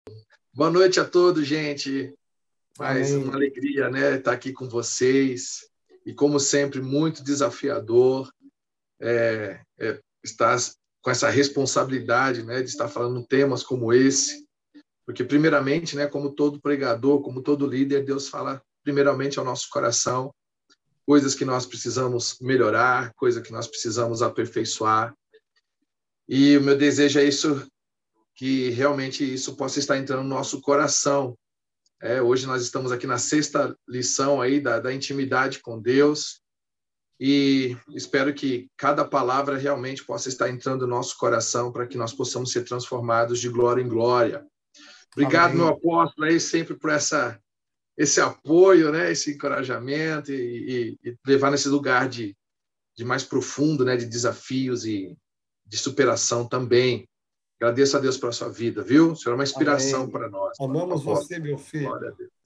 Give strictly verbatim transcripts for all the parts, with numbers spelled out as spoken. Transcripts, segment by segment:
Boa noite a todos, gente. Mais Amém. uma alegria, né, estar aqui com vocês. E, como sempre, muito desafiador é, é, estar com essa responsabilidade, né, de estar falando temas como esse. Porque, primeiramente, né, como todo pregador, como todo líder, Deus fala primeiramente ao nosso coração, coisas que nós precisamos melhorar, coisas que nós precisamos aperfeiçoar. E o meu desejo é isso, que realmente isso possa estar entrando no nosso coração. É, hoje nós estamos aqui na sexta lição aí da, da intimidade com Deus e espero que cada palavra realmente possa estar entrando no nosso coração para que nós possamos ser transformados de glória em glória. Obrigado, Amém. meu apóstolo, aí sempre por essa, esse apoio, né, esse encorajamento e, e, e levar nesse lugar de, de mais profundo, né, de desafios e de superação também. Agradeço a Deus pela sua vida, viu? O senhor é uma inspiração Amém. para nós. Amamos Apóstolo. você, meu Glória a filho. Deus.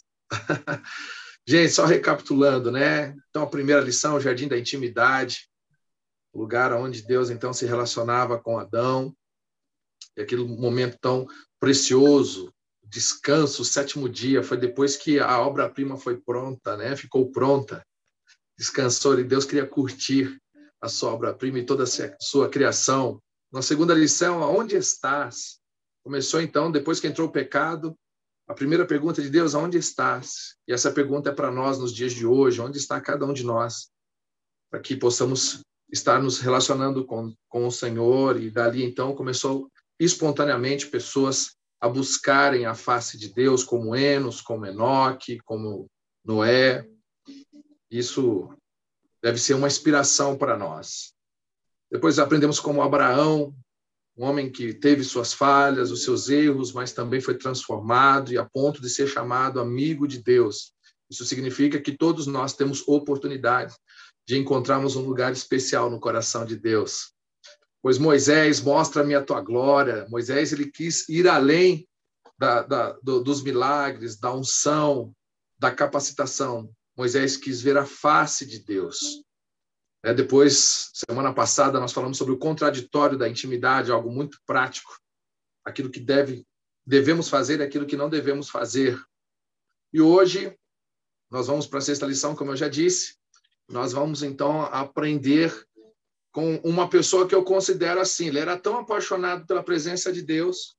Gente, só recapitulando, né? Então, a primeira lição, o Jardim da Intimidade, o lugar onde Deus, então, se relacionava com Adão, e aquele momento tão precioso, descanso, o sétimo dia, foi depois que a obra-prima foi pronta, né? Ficou pronta, descansou, e Deus queria curtir a sua obra-prima e toda a sua criação. Na segunda lição, aonde estás? Começou, então, depois que entrou o pecado, a primeira pergunta de Deus, aonde estás? E essa pergunta é para nós nos dias de hoje, onde está cada um de nós? Para que possamos estar nos relacionando com, com o Senhor, e dali então começou espontaneamente pessoas a buscarem a face de Deus, como Enos, como Enoque, como Noé. Isso deve ser uma inspiração para nós. Depois aprendemos como Abraão, um homem que teve suas falhas, os seus erros, mas também foi transformado e a ponto de ser chamado amigo de Deus. Isso significa que todos nós temos oportunidade de encontrarmos um lugar especial no coração de Deus. Pois Moisés, mostra-me a tua glória. Moisés, ele quis ir além da, da, do, dos milagres, da unção, da capacitação. Moisés quis ver a face de Deus. É, depois, semana passada, nós falamos sobre o contraditório da intimidade, algo muito prático. Aquilo que deve, devemos fazer e aquilo que não devemos fazer. E hoje, nós vamos para a sexta lição, como eu já disse. Nós vamos, então, aprender com uma pessoa que eu considero assim. Ele era tão apaixonado pela presença de Deus.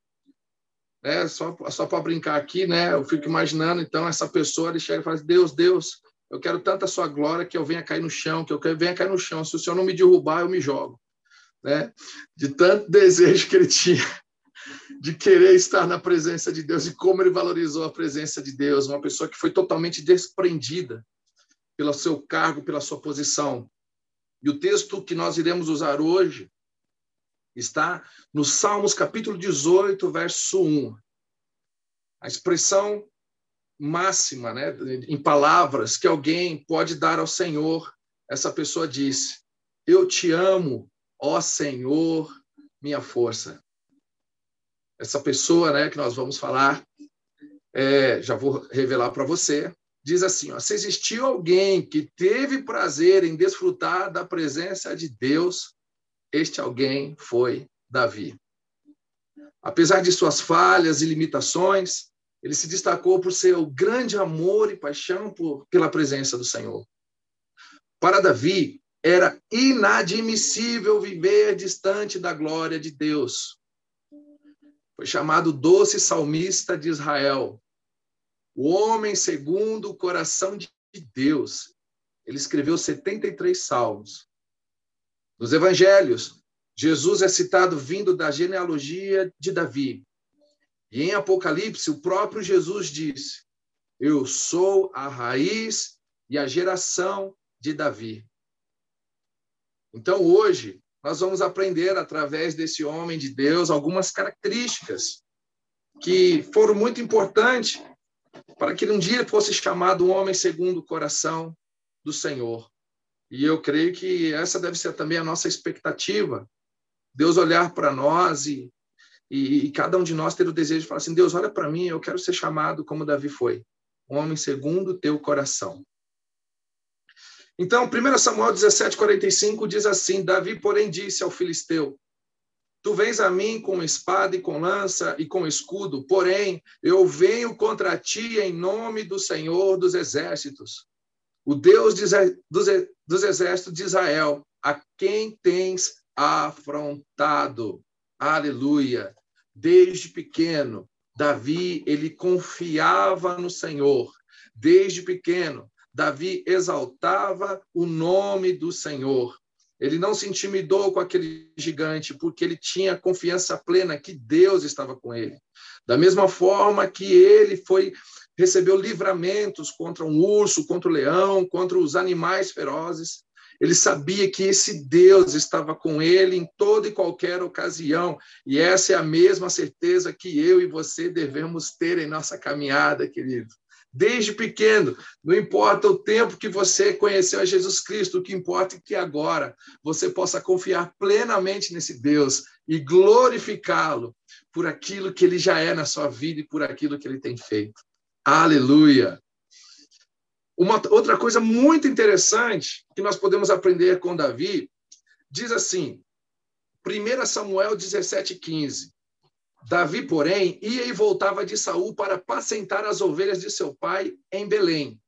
Né? Só, só para brincar aqui, né? Eu fico imaginando, então, essa pessoa, ele chega e fala, Deus, Deus, eu quero tanta sua glória que eu venha cair no chão, que eu venha cair no chão. Se o Senhor não me derrubar, eu me jogo. Né? De tanto desejo que ele tinha de querer estar na presença de Deus e como ele valorizou a presença de Deus. Uma pessoa que foi totalmente desprendida pelo seu cargo, pela sua posição. E o texto que nós iremos usar hoje está no Salmos capítulo dezoito, verso um. A expressão máxima, né, em palavras que alguém pode dar ao Senhor. Essa pessoa disse, eu te amo, ó Senhor, minha força. Essa pessoa, né, que nós vamos falar, é, já vou revelar para você, diz assim, ó, se existiu alguém que teve prazer em desfrutar da presença de Deus, este alguém foi Davi. Apesar de suas falhas e limitações, ele se destacou por seu grande amor e paixão por, pela presença do Senhor. Para Davi, era inadmissível viver distante da glória de Deus. Foi chamado doce salmista de Israel, o homem segundo o coração de Deus. Ele escreveu setenta e três salmos. Nos evangelhos, Jesus é citado vindo da genealogia de Davi. E em Apocalipse, o próprio Jesus disse, eu sou a raiz e a geração de Davi. Então, hoje, nós vamos aprender, através desse homem de Deus, algumas características que foram muito importantes para que um dia fosse chamado um homem segundo o coração do Senhor. E eu creio que essa deve ser também a nossa expectativa. Deus olhar para nós e, e, e cada um de nós ter o desejo de falar assim, Deus, olha para mim, eu quero ser chamado como Davi foi, um homem segundo o teu coração. Então, primeiro Samuel dezessete, quarenta e cinco diz assim, Davi, porém, disse ao filisteu, Tu vens a mim com espada e com lança e com escudo, porém eu venho contra ti em nome do Senhor dos Exércitos, o Deus dos exércitos de Israel, a quem tens afrontado. Aleluia! Desde pequeno, Davi, ele confiava no Senhor. Desde pequeno, Davi exaltava o nome do Senhor. Ele não se intimidou com aquele gigante, porque ele tinha confiança plena que Deus estava com ele. Da mesma forma que ele foi recebeu livramentos contra um urso, contra o leão, contra os animais ferozes, ele sabia que esse Deus estava com ele em toda e qualquer ocasião. E essa é a mesma certeza que eu e você devemos ter em nossa caminhada, querido. Desde pequeno, não importa o tempo que você conheceu a Jesus Cristo, o que importa é que agora você possa confiar plenamente nesse Deus e glorificá-lo por aquilo que ele já é na sua vida e por aquilo que ele tem feito. Aleluia! Uma outra coisa muito interessante que nós podemos aprender com Davi, diz assim, primeiro Samuel dezessete, quinze. Davi, porém, ia e voltava de Saul para apacentar as ovelhas de seu pai em Belém.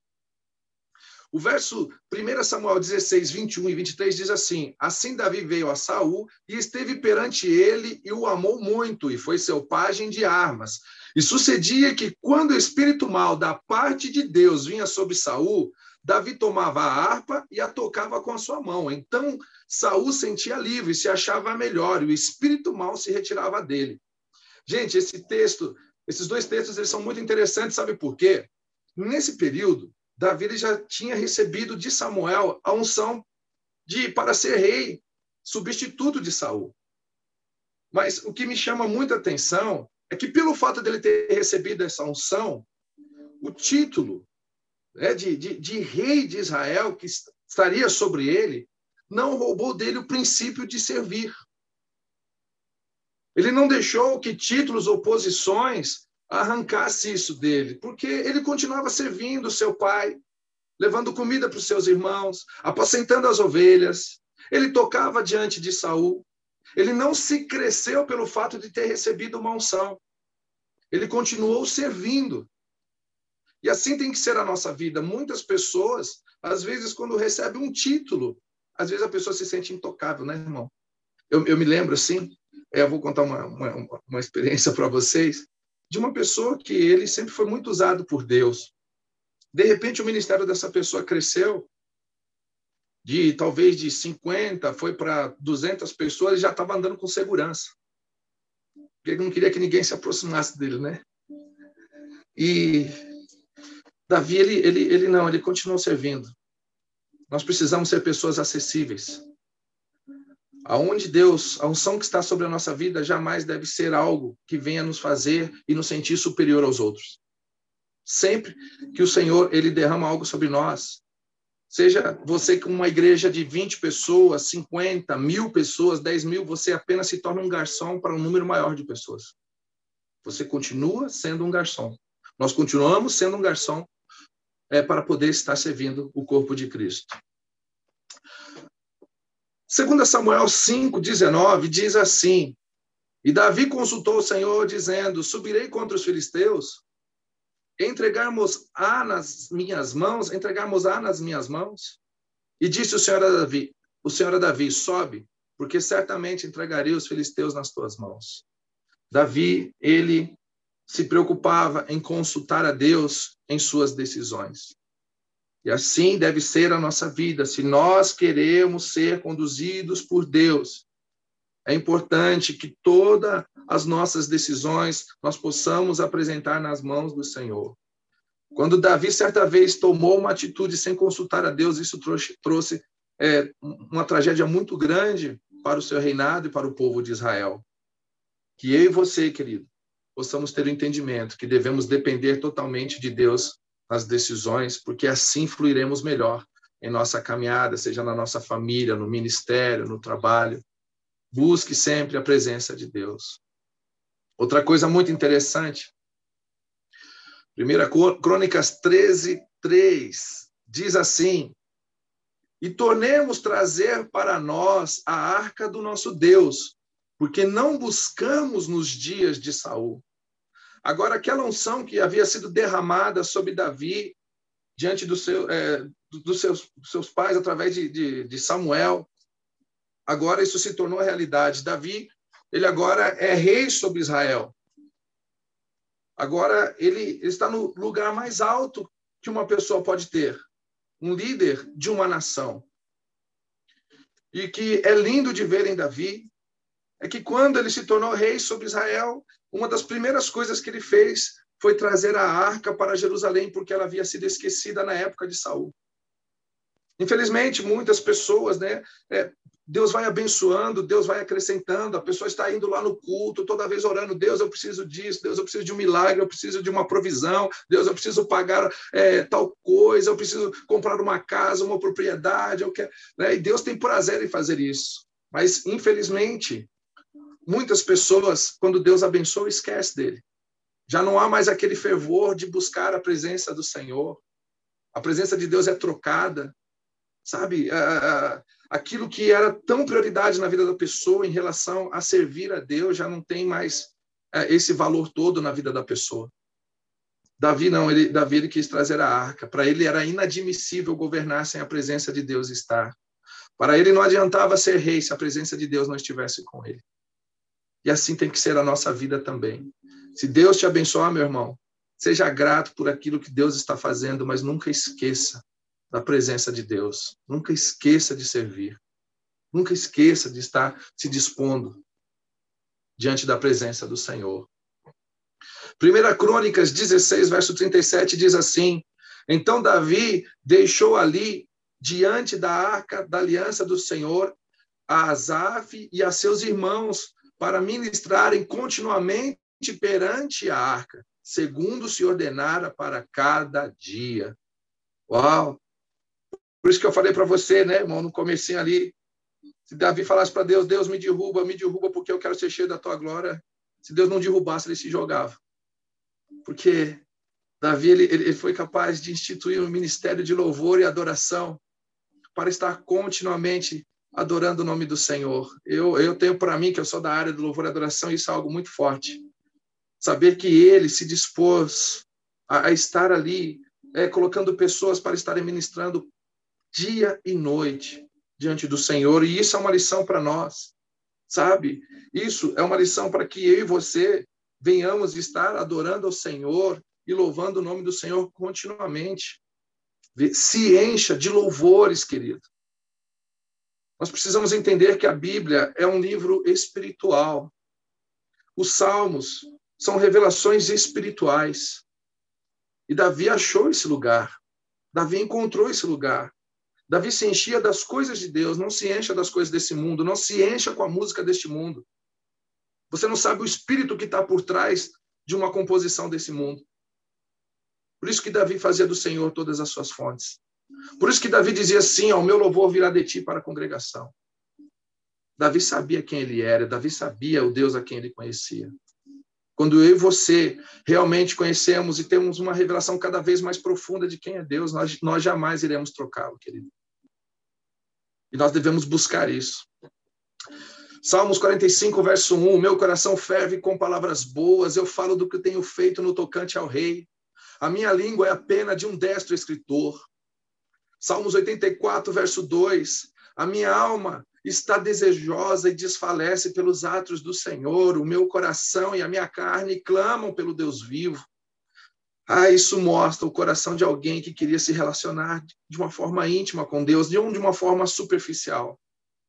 O verso primeiro Samuel dezesseis, vinte e um e vinte e três diz assim, assim Davi veio a Saul e esteve perante ele e o amou muito, e foi seu pajem de armas. E sucedia que, quando o espírito mau da parte de Deus vinha sobre Saul, Davi tomava a harpa e a tocava com a sua mão. Então Saul sentia livre, se achava melhor, e o espírito mau se retirava dele. Gente, esse texto, esses dois textos, eles são muito interessantes, sabe por quê? Nesse período, Davi já tinha recebido de Samuel a unção de, para ser rei, substituto de Saul. Mas o que me chama muita atenção é que, pelo fato dele ter recebido essa unção, o título, né, de, de, de rei de Israel, que estaria sobre ele, não roubou dele o princípio de servir. Ele não deixou que títulos ou posições arrancasse isso dele, porque ele continuava servindo seu pai, levando comida para os seus irmãos, apacentando as ovelhas. Ele tocava diante de Saul. Ele não se cresceu pelo fato de ter recebido uma unção. Ele continuou servindo. E assim tem que ser a nossa vida. Muitas pessoas, às vezes, quando recebem um título, às vezes a pessoa se sente intocável, né, irmão? Eu, eu me lembro, assim, é, eu vou contar uma, uma, uma experiência para vocês, de uma pessoa que ele sempre foi muito usado por Deus. De repente, o ministério dessa pessoa cresceu, de talvez de cinquenta, foi para duzentas pessoas, e já estava andando com segurança. Porque ele não queria que ninguém se aproximasse dele, né? E Davi, ele, ele, ele não, ele continuou servindo. Nós precisamos ser pessoas acessíveis. Aonde Deus, a unção que está sobre a nossa vida, jamais deve ser algo que venha nos fazer e nos sentir superior aos outros. Sempre que o Senhor, ele derrama algo sobre nós, seja você com uma igreja de vinte pessoas, cinquenta, mil pessoas, dez mil, você apenas se torna um garçom para um número maior de pessoas. Você continua sendo um garçom. Nós continuamos sendo um garçom é, para poder estar servindo o corpo de Cristo. segundo Samuel cinco, dezenove, diz assim, e Davi consultou o Senhor, dizendo, subirei contra os filisteus? Entregarmos-á nas minhas mãos? Entregarmos-á nas minhas mãos? E disse o Senhor a Davi, o Senhor a Davi, sobe, porque certamente entregarei os filisteus nas tuas mãos. Davi, ele se preocupava em consultar a Deus em suas decisões. E assim deve ser a nossa vida. Se nós queremos ser conduzidos por Deus, é importante que todas as nossas decisões nós possamos apresentar nas mãos do Senhor. Quando Davi, certa vez, tomou uma atitude sem consultar a Deus, isso trouxe, trouxe é, uma tragédia muito grande para o seu reinado e para o povo de Israel. Que eu e você, querido, possamos ter o entendimento que devemos depender totalmente de Deus nas decisões, porque assim fluiremos melhor em nossa caminhada, seja na nossa família, no ministério, no trabalho. Busque sempre a presença de Deus. Outra coisa muito interessante, primeira Crônicas treze, três, diz assim, e tornemos trazer para nós a arca do nosso Deus, porque não buscamos nos dias de Saul. Agora, aquela unção que havia sido derramada sobre Davi, diante do seu, é, dos seus, seus pais, através de, de, de Samuel, agora isso se tornou realidade. Davi, ele agora é rei sobre Israel. Agora, ele, ele está no lugar mais alto que uma pessoa pode ter, um líder de uma nação. E que é lindo de ver em Davi, é que quando ele se tornou rei sobre Israel, uma das primeiras coisas que ele fez foi trazer a arca para Jerusalém, porque ela havia sido esquecida na época de Saul. Infelizmente, muitas pessoas, né, é, Deus vai abençoando, Deus vai acrescentando, a pessoa está indo lá no culto, toda vez orando, Deus, eu preciso disso, Deus, eu preciso de um milagre, eu preciso de uma provisão, Deus, eu preciso pagar é, tal coisa, eu preciso comprar uma casa, uma propriedade, eu quero, né? E Deus tem prazer em fazer isso. Mas, infelizmente, muitas pessoas, quando Deus abençoa, esquecem dele. Já não há mais aquele fervor de buscar a presença do Senhor. A presença de Deus é trocada. Sabe, aquilo que era tão prioridade na vida da pessoa em relação a servir a Deus já não tem mais esse valor todo na vida da pessoa. Davi não, ele, Davi ele quis trazer a arca. Para ele era inadmissível governar sem a presença de Deus estar. Para ele não adiantava ser rei se a presença de Deus não estivesse com ele. E assim tem que ser a nossa vida também. Se Deus te abençoar, meu irmão, seja grato por aquilo que Deus está fazendo, mas nunca esqueça da presença de Deus. Nunca esqueça de servir. Nunca esqueça de estar se dispondo diante da presença do Senhor. Primeira Crônicas dezesseis, verso trinta e sete, diz assim: então Davi deixou ali, diante da arca da aliança do Senhor, a Asaf e a seus irmãos, para ministrarem continuamente perante a arca, segundo se ordenara para cada dia. Uau! Por isso que eu falei para você, né, irmão, no comecinho ali, se Davi falasse para Deus, Deus me derruba, me derruba porque eu quero ser cheio da tua glória. Se Deus não derrubasse, ele se jogava. Porque Davi ele, ele foi capaz de instituir um ministério de louvor e adoração para estar continuamente adorando o nome do Senhor. Eu, eu tenho para mim, que eu sou da área do louvor e adoração, isso é algo muito forte. Saber que ele se dispôs a, a estar ali, é, colocando pessoas para estarem ministrando dia e noite diante do Senhor, e isso é uma lição para nós, sabe? Isso é uma lição para que eu e você venhamos estar adorando ao Senhor e louvando o nome do Senhor continuamente. Se encha de louvores, querido. Nós precisamos entender que a Bíblia é um livro espiritual. Os Salmos são revelações espirituais. E Davi achou esse lugar. Davi encontrou esse lugar. Davi se enchia das coisas de Deus, não se encha das coisas desse mundo, não se encha com a música deste mundo. Você não sabe o espírito que está por trás de uma composição desse mundo. Por isso que Davi fazia do Senhor todas as suas fontes. Por isso que Davi dizia assim: o meu louvor virá de ti para a congregação. Davi sabia quem ele era, Davi sabia o Deus a quem ele conhecia. Quando eu e você realmente conhecemos e temos uma revelação cada vez mais profunda de quem é Deus, nós, nós jamais iremos trocá-lo, querido. E nós devemos buscar isso. Salmos quarenta e cinco, verso um, meu coração ferve com palavras boas, eu falo do que tenho feito no tocante ao rei. A minha língua é a pena de um destro escritor. Salmos oitenta e quatro, verso dois, a minha alma está desejosa e desfalece pelos atos do Senhor, o meu coração e a minha carne clamam pelo Deus vivo. Ah, isso mostra o coração de alguém que queria se relacionar de uma forma íntima com Deus, não de uma forma superficial.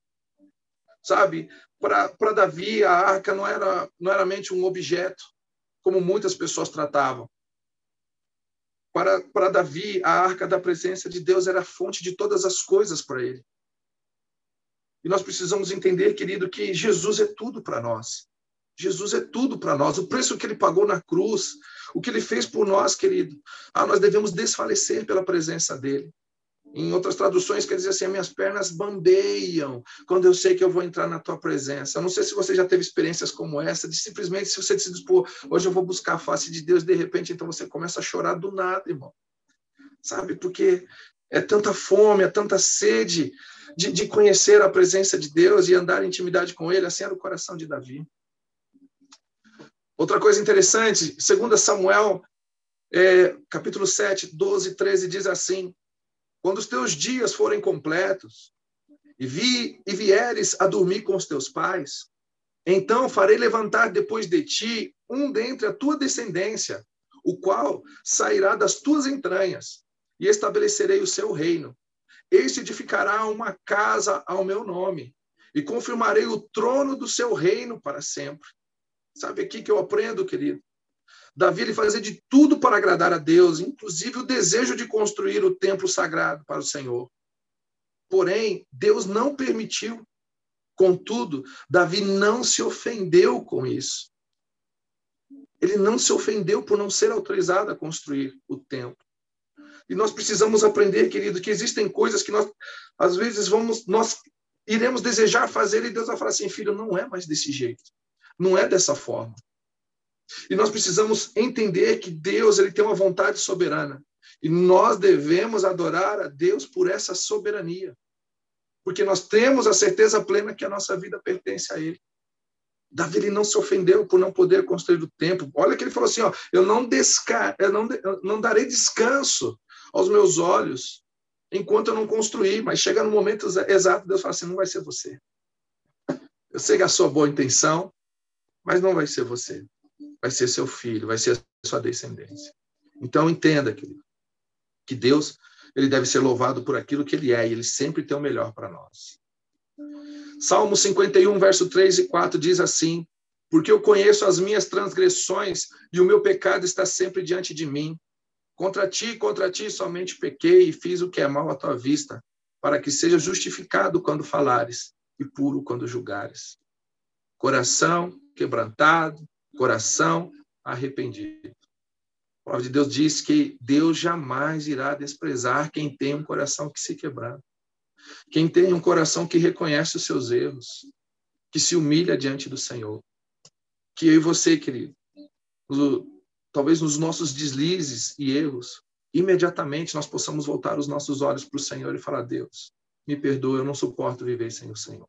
Sabe, para Davi, a arca não era, não era mente um objeto, como muitas pessoas tratavam. Para, para Davi, a arca da presença de Deus era a fonte de todas as coisas para ele. E nós precisamos entender, querido, que Jesus é tudo para nós. Jesus é tudo para nós. O preço que ele pagou na cruz, o que ele fez por nós, querido. Ah, nós devemos desfalecer pela presença dele. Em outras traduções, quer dizer assim, minhas pernas bambeiam quando eu sei que eu vou entrar na tua presença. Eu não sei se você já teve experiências como essa, de simplesmente, se você se dispor, hoje eu vou buscar a face de Deus, de repente, então você começa a chorar do nada, irmão. Sabe? Porque É tanta fome, é tanta sede de, de conhecer a presença de Deus e andar em intimidade com Ele. Assim era o coração de Davi. Outra coisa interessante, segundo Samuel, é, capítulo sete, doze, treze, diz assim: quando os teus dias forem completos e, vi, e vieres a dormir com os teus pais, então farei levantar depois de ti um dentre a tua descendência, o qual sairá das tuas entranhas, e estabelecerei o seu reino. Este edificará uma casa ao meu nome, e confirmarei o trono do seu reino para sempre. Sabe aqui que eu aprendo, querido? Davi ele fazia de tudo para agradar a Deus, inclusive o desejo de construir o templo sagrado para o Senhor. Porém, Deus não permitiu. Contudo, Davi não se ofendeu com isso. Ele não se ofendeu por não ser autorizado a construir o templo. E nós precisamos aprender, querido, que existem coisas que nós, às vezes, vamos, nós iremos desejar fazer e Deus vai falar assim: filho, não é mais desse jeito. Não é dessa forma. E nós precisamos entender que Deus ele tem uma vontade soberana. E nós devemos adorar a Deus por essa soberania. Porque nós temos a certeza plena que a nossa vida pertence a Ele. Davi ele não se ofendeu por não poder construir o templo. Olha que ele falou assim: ó, eu, não desca... eu, não... eu não darei descanso aos meus olhos enquanto eu não construir. Mas chega no momento exato, Deus fala assim: não vai ser você. Eu sei que é a sua boa intenção, mas não vai ser você. Vai ser seu filho, vai ser a sua descendência. Então, entenda, querido, que Deus ele deve ser louvado por aquilo que Ele é, e Ele sempre tem o melhor para nós. Salmo cinquenta e um, verso três e quatro diz assim: porque eu conheço as minhas transgressões e o meu pecado está sempre diante de mim. Contra ti, contra ti somente pequei e fiz o que é mal à tua vista, para que seja justificado quando falares e puro quando julgares. Coração quebrantado, coração arrependido. A palavra de Deus diz que Deus jamais irá desprezar quem tem um coração que se quebranta, quem tem um coração que reconhece os seus erros, que se humilha diante do Senhor. Que eu e você, querido, talvez nos nossos deslizes e erros, imediatamente nós possamos voltar os nossos olhos para o Senhor e falar: Deus, me perdoa, eu não suporto viver sem o Senhor.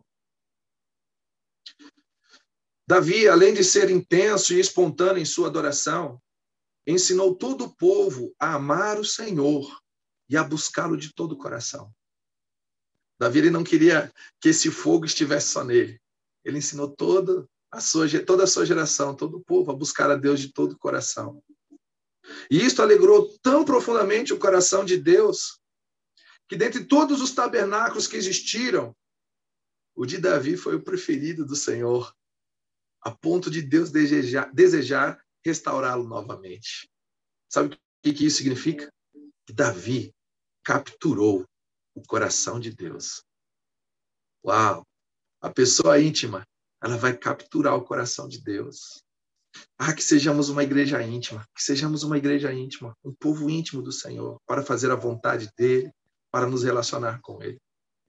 Davi, além de ser intenso e espontâneo em sua adoração, ensinou todo o povo a amar o Senhor e a buscá-lo de todo o coração. Davi ele não queria que esse fogo estivesse só nele. Ele ensinou toda a sua, toda a sua geração, todo o povo, a buscar a Deus de todo o coração. E isto alegrou tão profundamente o coração de Deus, que dentre todos os tabernáculos que existiram, o de Davi foi o preferido do Senhor, a ponto de Deus desejar, desejar restaurá-lo novamente. Sabe o que, que isso significa? Que Davi capturou o coração de Deus. Uau! A pessoa íntima, ela vai capturar o coração de Deus. Ah, que sejamos uma igreja íntima, que sejamos uma igreja íntima, um povo íntimo do Senhor, para fazer a vontade dEle, para nos relacionar com Ele.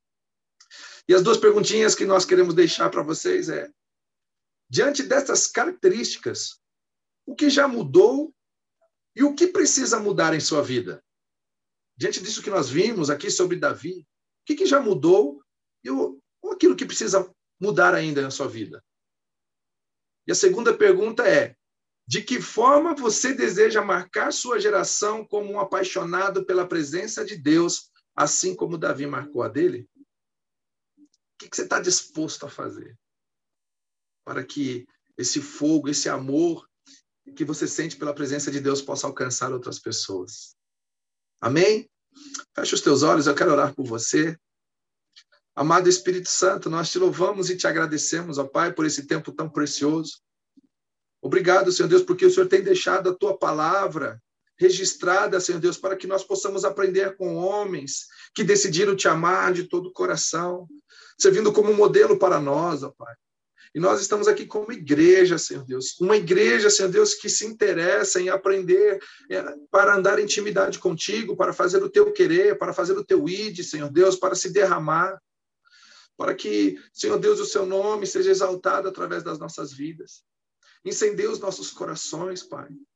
E as duas perguntinhas que nós queremos deixar para vocês é: diante dessas características, o que já mudou e o que precisa mudar em sua vida? Diante disso que nós vimos aqui sobre Davi, o que, que já mudou e o, aquilo que precisa mudar ainda na sua vida? E a segunda pergunta é: de que forma você deseja marcar sua geração como um apaixonado pela presença de Deus, assim como Davi marcou a dele? O que, que você está disposto a fazer para que esse fogo, esse amor que você sente pela presença de Deus possa alcançar outras pessoas? Amém? Fecha os teus olhos, eu quero orar por você. Amado Espírito Santo, nós te louvamos e te agradecemos, ó Pai, por esse tempo tão precioso. Obrigado, Senhor Deus, porque o Senhor tem deixado a tua palavra registrada, Senhor Deus, para que nós possamos aprender com homens que decidiram te amar de todo o coração, servindo como modelo para nós, ó Pai. E nós estamos aqui como igreja, Senhor Deus. Uma igreja, Senhor Deus, que se interessa em aprender para andar em intimidade contigo, para fazer o teu querer, para fazer o teu ide, Senhor Deus, para se derramar, para que, Senhor Deus, o seu nome seja exaltado através das nossas vidas. Incendeia os nossos corações, Pai.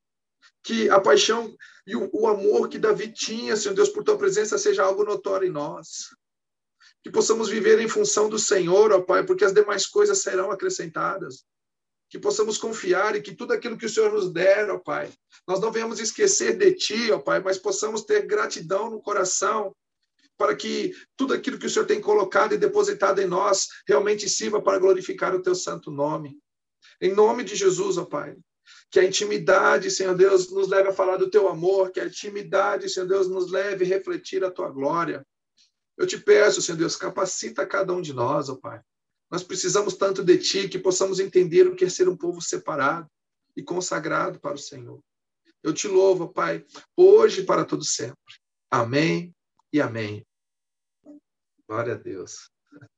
Que a paixão e o, o amor que Davi tinha, Senhor Deus, por tua presença seja algo notório em nós. Que possamos viver em função do Senhor, ó Pai, porque as demais coisas serão acrescentadas. Que possamos confiar e que tudo aquilo que o Senhor nos der, ó Pai, nós não venhamos esquecer de Ti, ó Pai, mas possamos ter gratidão no coração para que tudo aquilo que o Senhor tem colocado e depositado em nós realmente sirva para glorificar o Teu santo nome. Em nome de Jesus, ó Pai, que a intimidade, Senhor Deus, nos leve a falar do Teu amor, que a intimidade, Senhor Deus, nos leve a refletir a Tua glória. Eu te peço, Senhor Deus, capacita cada um de nós, ó Pai. Nós precisamos tanto de Ti que possamos entender o que é ser um povo separado e consagrado para o Senhor. Eu te louvo, Pai, hoje e para todo sempre. Amém e amém. Glória a Deus.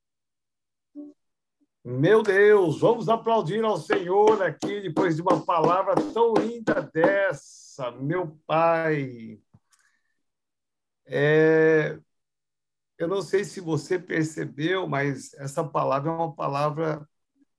Meu Deus, vamos aplaudir ao Senhor aqui, depois de uma palavra tão linda dessa, meu Pai. É... Eu não sei se você percebeu, mas essa palavra é uma palavra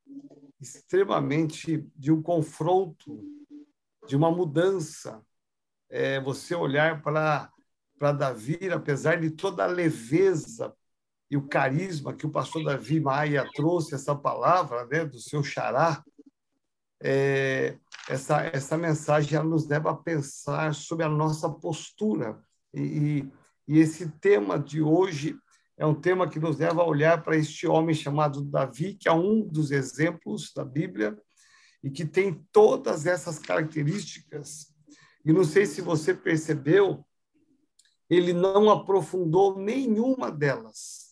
extremamente de um confronto, de uma mudança. É você olhar para, para Davi, apesar de toda a leveza e o carisma que o pastor Davi Maia trouxe, essa palavra, né, do seu xará, é, essa, essa mensagem ela nos leva a pensar sobre a nossa postura. E, e esse tema de hoje é um tema que nos leva a olhar para este homem chamado Davi, que é um dos exemplos da Bíblia e que tem todas essas características. E não sei se você percebeu, ele não aprofundou nenhuma delas.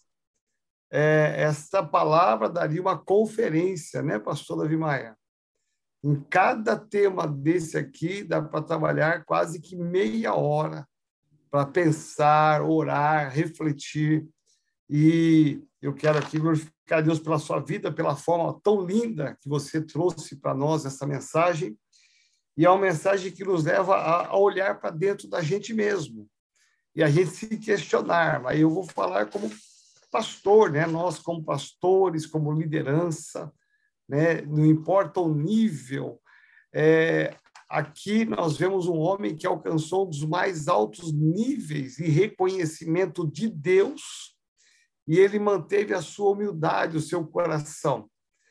É, esta palavra daria uma conferência, né, pastor Davi Maia? Em cada tema desse aqui, dá para trabalhar quase que meia hora para pensar, orar, refletir. E eu quero aqui glorificar a Deus pela sua vida, pela forma tão linda que você trouxe para nós essa mensagem. E é uma mensagem que nos leva a olhar para dentro da gente mesmo. E a gente se questionar. Aí eu vou falar como pastor, né? Nós como pastores, como liderança, né? Não importa o nível. É, aqui nós vemos um homem que alcançou um dos mais altos níveis de reconhecimento de Deus e ele manteve a sua humildade, o seu coração.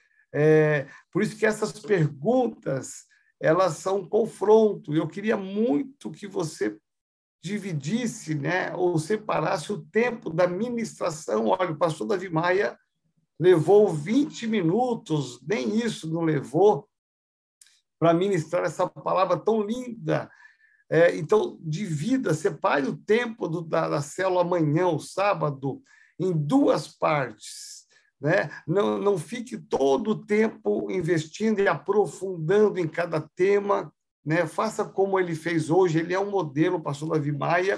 É, por isso que essas perguntas, elas são um confronto. Eu queria muito que você dividisse, né, ou separasse o tempo da ministração. Olha, o pastor Davi Maia levou vinte minutos, nem isso não levou, para ministrar essa palavra tão linda. É, então, divida, separe o tempo do, da, da célula amanhã, o sábado, em duas partes. Né? Não, não fique todo o tempo investindo e aprofundando em cada tema. Né? Faça como ele fez hoje, ele é um modelo, o pastor Davi Maia,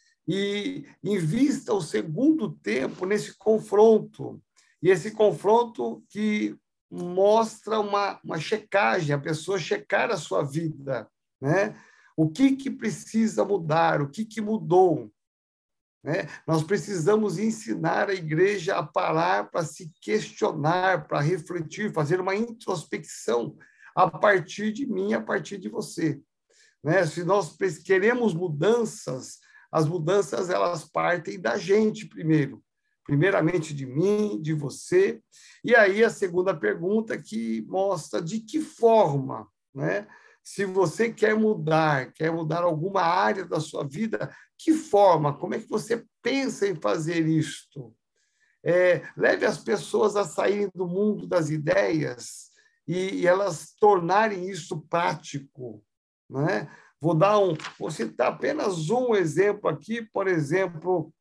e invista o segundo tempo nesse confronto. E esse confronto que mostra uma, uma checagem, a pessoa checar a sua vida. Né? O que, que precisa mudar? O que, que mudou? Né? Nós precisamos ensinar a igreja a parar para se questionar, para refletir, fazer uma introspecção a partir de mim, a partir de você. Né? Se nós queremos mudanças, as mudanças elas partem da gente primeiro. Primeiramente de mim, de você. E aí a segunda pergunta que mostra de que forma, né? Se você quer mudar, quer mudar alguma área da sua vida, que forma? Como é que você pensa em fazer isto? É, leve as pessoas a saírem do mundo das ideias e, e elas tornarem isso prático. Né? Vou dar um, vou citar apenas um exemplo aqui, por exemplo,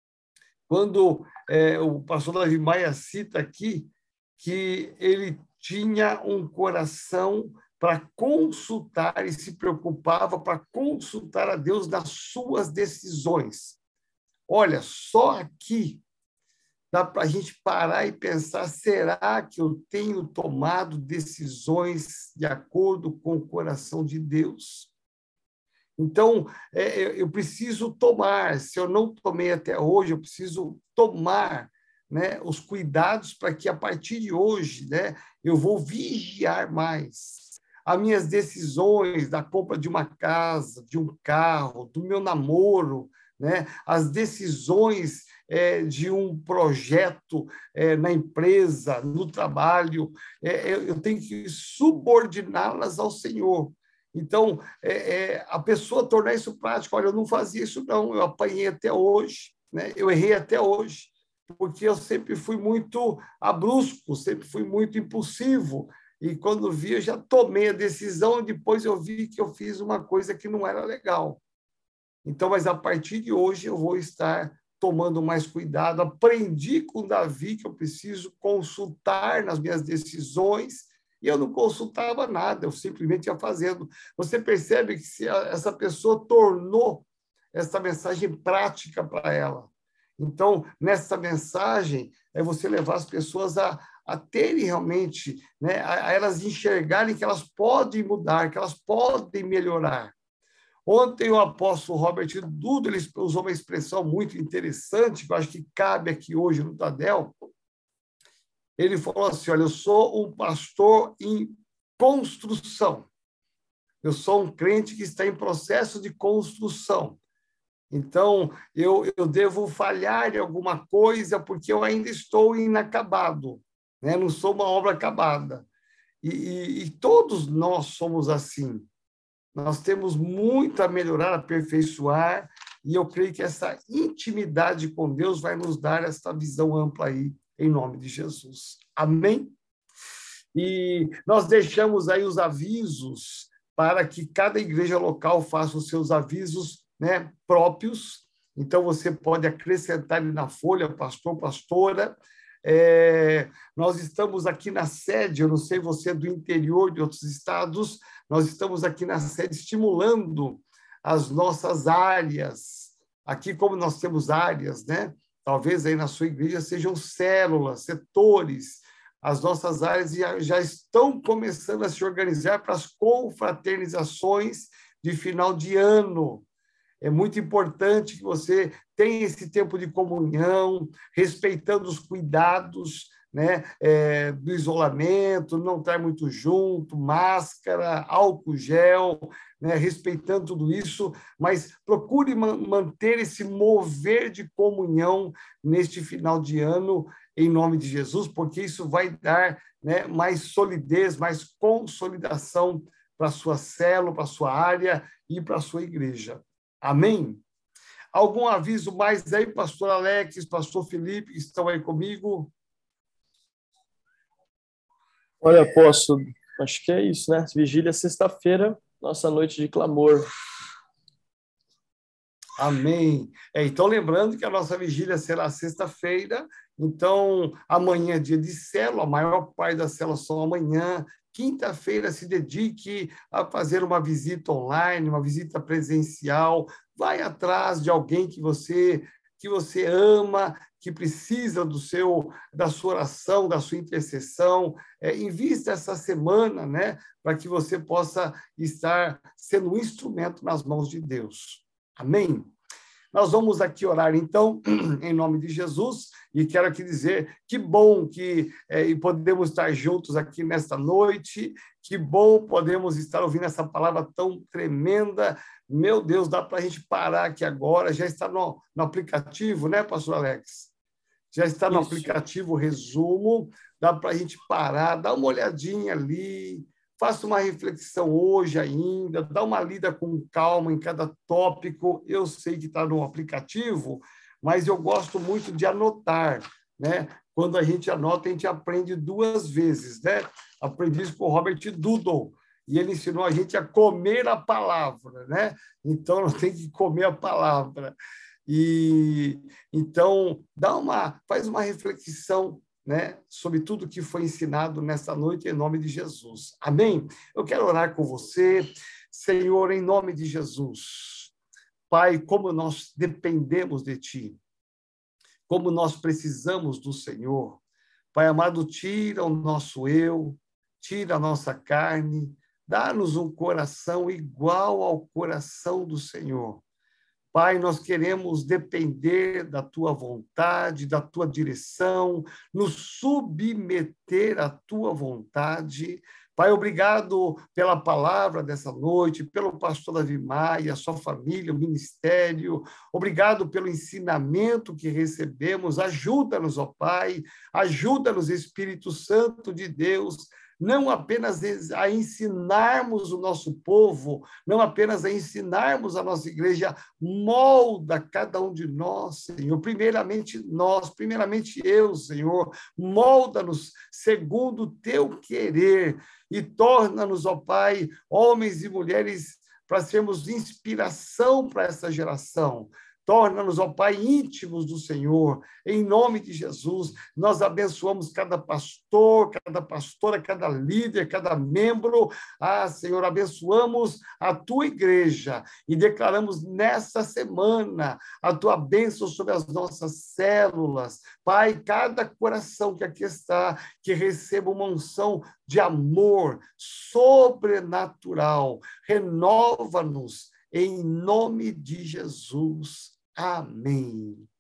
quando é, o pastor Davi Maia cita aqui que ele tinha um coração para consultar e se preocupava para consultar a Deus nas suas decisões. Olha, só aqui dá para a gente parar e pensar, será que eu tenho tomado decisões de acordo com o coração de Deus? Então, é, eu preciso tomar, se eu não tomei até hoje, eu preciso tomar, né, os cuidados para que, a partir de hoje, né, eu vou vigiar mais. as minhas decisões da compra de uma casa, de um carro, do meu namoro, né? As decisões é, de um projeto é, na empresa, no trabalho, é, eu tenho que subordiná-las ao Senhor. Então, é, é, a pessoa tornar isso prático, olha, eu não fazia isso não, eu apanhei até hoje, né? Eu errei até hoje, porque eu sempre fui muito abrusco, sempre fui muito impulsivo, e quando vi, eu já tomei a decisão, depois eu vi que eu fiz uma coisa que não era legal. Então, mas a partir de hoje eu vou estar tomando mais cuidado. Aprendi com Davi que eu preciso consultar nas minhas decisões, e eu não consultava nada, eu simplesmente ia fazendo. Você percebe que se essa pessoa tornou essa mensagem prática para ela. Então, nessa mensagem, é você levar as pessoas a, a terem realmente, né, a, a elas enxergarem que elas podem mudar, que elas podem melhorar. Ontem o apóstolo Robert Duda ele usou uma expressão muito interessante, que eu acho que cabe aqui hoje no Tadel. Ele falou assim, olha, eu sou um pastor em construção. Eu sou um crente que está em processo de construção. Então, eu, eu devo falhar em alguma coisa porque eu ainda estou inacabado, né? Não sou uma obra acabada. E, e, e todos nós somos assim. Nós temos muito a melhorar, a aperfeiçoar, e eu creio que essa intimidade com Deus vai nos dar essa visão ampla aí, em nome de Jesus. Amém? E nós deixamos aí os avisos para que cada igreja local faça os seus avisos, né, próprios. Então, você pode acrescentar na folha, pastor, pastora. É, nós estamos aqui na sede, eu não sei você é do interior de outros estados, nós estamos aqui na sede estimulando as nossas áreas. Aqui, como nós temos áreas, né? Talvez aí na sua igreja sejam células, setores. As nossas áreas já, já estão começando a se organizar para as confraternizações de final de ano. É muito importante que você tenha esse tempo de comunhão, respeitando os cuidados, né, é, do isolamento, não estar muito junto, máscara, álcool gel, né, respeitando tudo isso, mas procure manter esse mover de comunhão neste final de ano, em nome de Jesus, porque isso vai dar, né, mais solidez, mais consolidação para a sua célula, para a sua área e para a sua igreja. Amém? Algum aviso mais aí, pastor Alex, pastor Felipe, que estão aí comigo? Olha, apóstolo, acho que é isso, né? Vigília sexta-feira, nossa noite de clamor. Amém. É, então, lembrando que a nossa vigília será sexta-feira, então, amanhã é dia de célula, a maior parte das células são amanhã. Quinta-feira, se dedique a fazer uma visita online, uma visita presencial. Vai atrás de alguém que você, que você ama, que precisa do seu, da sua oração, da sua intercessão. É, invista essa semana, né, para que você possa estar sendo um instrumento nas mãos de Deus. Amém? Nós vamos aqui orar, então, em nome de Jesus, e quero aqui dizer que bom que é, podemos estar juntos aqui nesta noite, que bom podemos estar ouvindo essa palavra tão tremenda. Meu Deus, dá para a gente parar aqui agora, já está no, no aplicativo, né, pastor Alex? Já está no Isso. aplicativo Resumo, dá para a gente parar, dar uma olhadinha ali, faça uma reflexão hoje ainda, dá uma lida com calma em cada tópico. Eu sei que está no aplicativo, mas eu gosto muito de anotar, né? Quando a gente anota, a gente aprende duas vezes, né? Aprendi isso com o Robert Dudon, e ele ensinou a gente a comer a palavra, né? Então, nós temos que comer a palavra. E então, dá uma, faz uma reflexão, né, sobre tudo que foi ensinado nesta noite, em nome de Jesus. Amém? Eu quero orar com você, Senhor, em nome de Jesus. Pai, como nós dependemos de Ti, como nós precisamos do Senhor. Pai amado, tira o nosso eu, tira a nossa carne, dá-nos um coração igual ao coração do Senhor. Pai, nós queremos depender da Tua vontade, da Tua direção, nos submeter à Tua vontade, Pai, obrigado pela palavra dessa noite, pelo pastor Davi Maia, a sua família, o ministério. Obrigado pelo ensinamento que recebemos. Ajuda-nos, ó Pai, ajuda-nos, Espírito Santo de Deus, não apenas a ensinarmos o nosso povo, não apenas a ensinarmos a nossa igreja, molda cada um de nós, Senhor, primeiramente nós, primeiramente eu, Senhor, molda-nos segundo o teu querer e torna-nos, ó Pai, homens e mulheres para sermos inspiração para essa geração. Torna-nos, ó Pai, íntimos do Senhor, em nome de Jesus. Nós abençoamos cada pastor, cada pastora, cada líder, cada membro. Ah, Senhor, abençoamos a tua igreja e declaramos nessa semana a tua bênção sobre as nossas células. Pai, cada coração que aqui está, que receba uma unção de amor sobrenatural. Renova-nos em nome de Jesus. Amém.